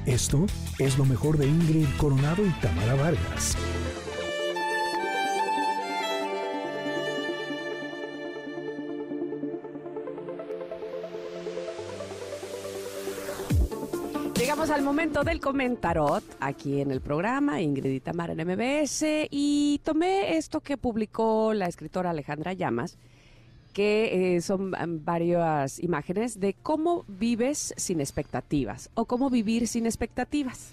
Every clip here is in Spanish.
Esto es lo mejor de Ingrid Coronado y Tamara Vargas. Llegamos al momento del comentarot aquí en el programa Ingrid y Tamara en MBS, y tomé esto que publicó la escritora Alejandra Llamas, que son varias imágenes de cómo vives sin expectativas o cómo vivir sin expectativas.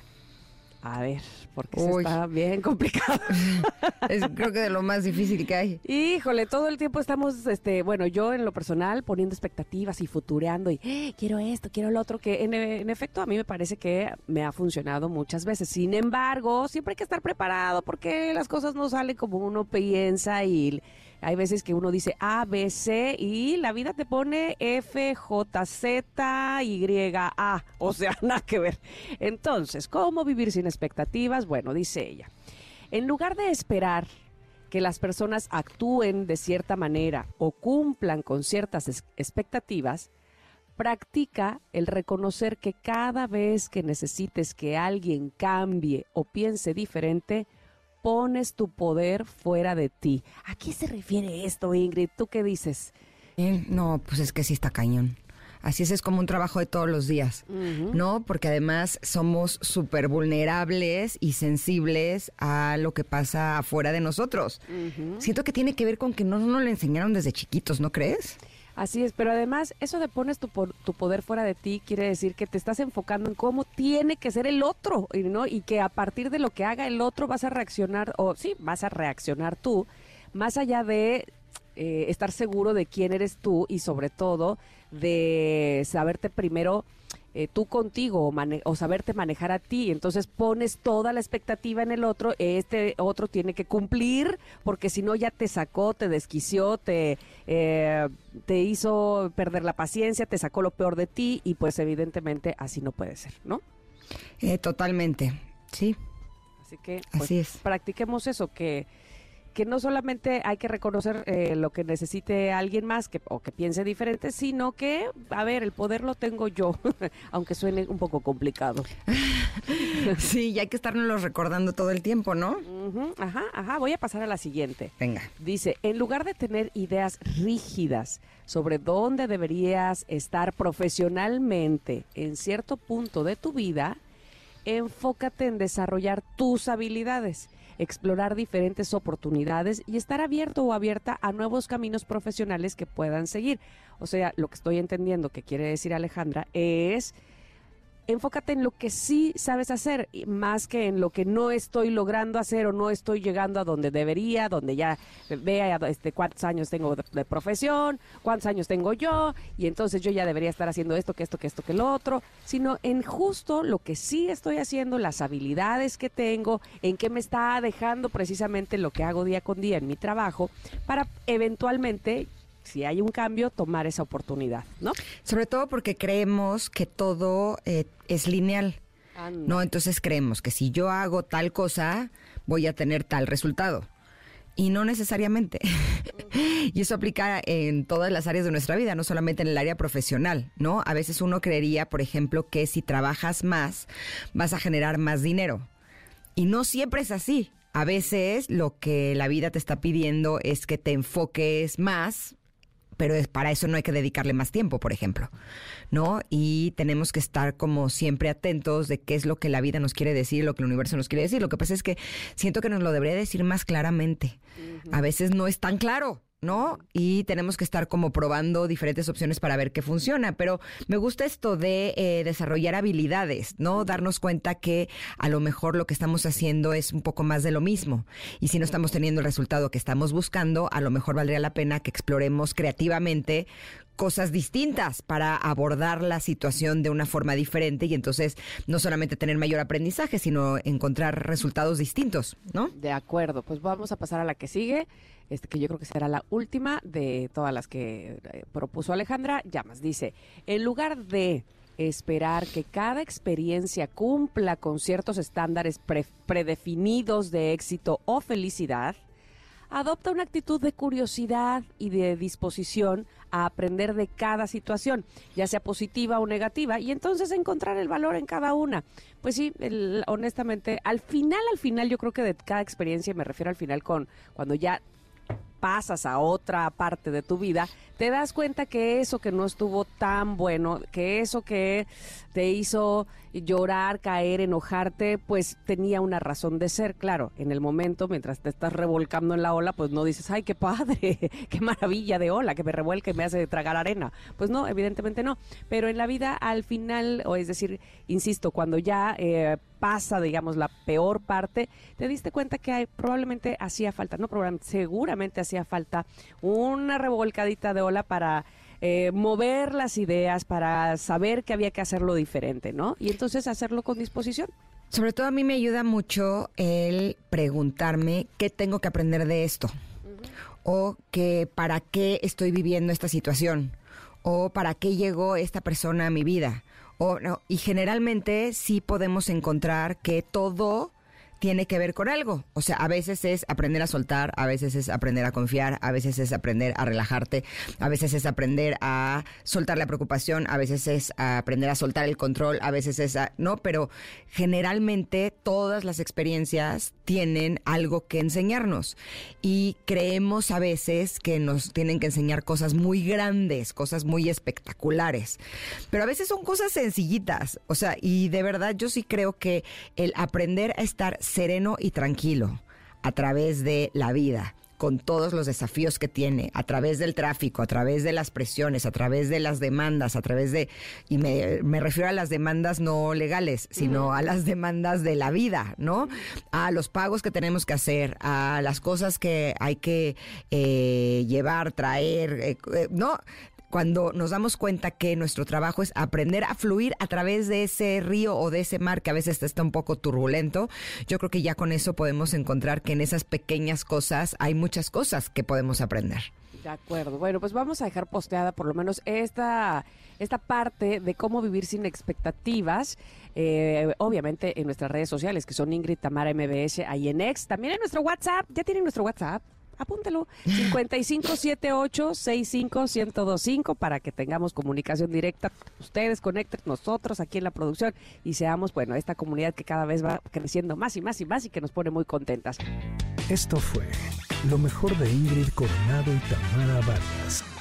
A ver, porque eso está bien complicado. Es creo que de lo más difícil que hay. Híjole, todo el tiempo estamos, bueno, yo en lo personal poniendo expectativas y futureando y quiero esto, quiero lo otro, que en efecto a mí me parece que me ha funcionado muchas veces. Sin embargo, siempre hay que estar preparado porque las cosas no salen como uno piensa y hay veces que uno dice A, B, C y la vida te pone F, J, Z, Y, A. O sea, nada que ver. Entonces, ¿cómo vivir sin expectativas? Bueno, dice ella, en lugar de esperar que las personas actúen de cierta manera o cumplan con ciertas expectativas, practica el reconocer que cada vez que necesites que alguien cambie o piense diferente, pones tu poder fuera de ti. ¿A qué se refiere esto, Ingrid? ¿Tú qué dices? No, pues es que sí está cañón. Así es como un trabajo de todos los días, ¿no? Porque además somos súper vulnerables y sensibles a lo que pasa afuera de nosotros. Siento que tiene que ver con que no nos lo enseñaron desde chiquitos, ¿no crees? Así es, pero además eso de pones tu poder fuera de ti quiere decir que te estás enfocando en cómo tiene que ser el otro, ¿no? Y que a partir de lo que haga el otro vas a reaccionar, vas a reaccionar tú, más allá de estar seguro de quién eres tú y sobre todo de saberte primero tú contigo o saberte manejar a ti. Entonces pones toda la expectativa en el otro, este otro tiene que cumplir porque si no ya te sacó, te desquició, te hizo perder la paciencia, te sacó lo peor de ti y pues evidentemente así no puede ser, ¿no? Totalmente, sí. Así que pues, así es. Practiquemos eso, que no solamente hay que reconocer lo que necesite alguien más o que piense diferente, sino que, a ver, el poder lo tengo yo, aunque suene un poco complicado. Sí, y hay que estarnos recordando todo el tiempo, ¿no? Ajá, voy a pasar a la siguiente. Venga. Dice, en lugar de tener ideas rígidas sobre dónde deberías estar profesionalmente en cierto punto de tu vida, enfócate en desarrollar tus habilidades, explorar diferentes oportunidades y estar abierto o abierta a nuevos caminos profesionales que puedan seguir. O sea, lo que estoy entendiendo que quiere decir Alejandra es enfócate en lo que sí sabes hacer, más que en lo que no estoy logrando hacer o no estoy llegando a donde debería, donde ya vea cuántos años tengo de profesión, cuántos años tengo yo, y entonces yo ya debería estar haciendo esto, que lo otro, sino en justo lo que sí estoy haciendo, las habilidades que tengo, en qué me está dejando precisamente lo que hago día con día en mi trabajo, para eventualmente, si hay un cambio, tomar esa oportunidad, ¿no? Sobre todo porque creemos que todo es lineal, ¿no? Entonces creemos que si yo hago tal cosa, voy a tener tal resultado. Y no necesariamente. Y eso aplica en todas las áreas de nuestra vida, no solamente en el área profesional, ¿no? A veces uno creería, por ejemplo, que si trabajas más, vas a generar más dinero. Y no siempre es así. A veces lo que la vida te está pidiendo es que te enfoques más, pero para eso no hay que dedicarle más tiempo, por ejemplo, ¿no? Y tenemos que estar como siempre atentos de qué es lo que la vida nos quiere decir, lo que el universo nos quiere decir. Lo que pasa es que siento que nos lo debería decir más claramente. A veces no es tan claro, ¿no? Y tenemos que estar como probando diferentes opciones para ver qué funciona. Pero me gusta esto de desarrollar habilidades, ¿no? Darnos cuenta que a lo mejor lo que estamos haciendo es un poco más de lo mismo. Y si no estamos teniendo el resultado que estamos buscando, a lo mejor valdría la pena que exploremos creativamente cosas distintas para abordar la situación de una forma diferente y entonces no solamente tener mayor aprendizaje, sino encontrar resultados distintos, ¿no? De acuerdo, pues vamos a pasar a la que sigue, que yo creo que será la última de todas las que propuso Alejandra Llamas. Dice, en lugar de esperar que cada experiencia cumpla con ciertos estándares predefinidos de éxito o felicidad, adopta una actitud de curiosidad y de disposición a aprender de cada situación, ya sea positiva o negativa, y entonces encontrar el valor en cada una. Pues sí, honestamente, al final yo creo que de cada experiencia, me refiero al final cuando ya pasas a otra parte de tu vida, te das cuenta que eso que no estuvo tan bueno, que eso que te hizo llorar, caer, enojarte, pues tenía una razón de ser. Claro, en el momento, mientras te estás revolcando en la ola, pues no dices, ay, qué padre, qué maravilla de ola, que me revuelca y me hace tragar arena. Pues no, evidentemente no. Pero en la vida, al final, o es decir, insisto, cuando ya pasa, digamos, la peor parte, te diste cuenta que probablemente hacía falta, no probablemente, seguramente hacía falta una revolcadita de ola para mover las ideas, para saber que había que hacerlo diferente, ¿no? Y entonces hacerlo con disposición. Sobre todo a mí me ayuda mucho el preguntarme qué tengo que aprender de esto, o que para qué estoy viviendo esta situación, o para qué llegó esta persona a mi vida. Y generalmente sí podemos encontrar que todo tiene que ver con algo. O sea, a veces es aprender a soltar, a veces es aprender a confiar, a veces es aprender a relajarte, a veces es aprender a soltar la preocupación, a veces es aprender a soltar el control, a veces es no, pero generalmente todas las experiencias tienen algo que enseñarnos, y creemos a veces que nos tienen que enseñar cosas muy grandes, cosas muy espectaculares, pero a veces son cosas sencillitas. O sea, y de verdad yo sí creo que el aprender a estar sereno y tranquilo a través de la vida, con todos los desafíos que tiene, a través del tráfico, a través de las presiones, a través de las demandas, a través de, y me refiero a las demandas no legales, sino a las demandas de la vida, ¿no? A los pagos que tenemos que hacer, a las cosas que hay que llevar, traer, ¿no? Cuando nos damos cuenta que nuestro trabajo es aprender a fluir a través de ese río o de ese mar que a veces está un poco turbulento, yo creo que ya con eso podemos encontrar que en esas pequeñas cosas hay muchas cosas que podemos aprender. De acuerdo. Bueno, pues vamos a dejar posteada por lo menos esta parte de cómo vivir sin expectativas, obviamente en nuestras redes sociales, que son Ingrid Tamara MBS, ahí en X, también en nuestro WhatsApp. ¿Ya tienen nuestro WhatsApp? Apúntelo, 5578-65-1025, para que tengamos comunicación directa. Ustedes conecten, nosotros aquí en la producción, y seamos, bueno, esta comunidad que cada vez va creciendo más y más y más, y que nos pone muy contentas. Esto fue lo mejor de Ingrid Coronado y Tamara Vargas.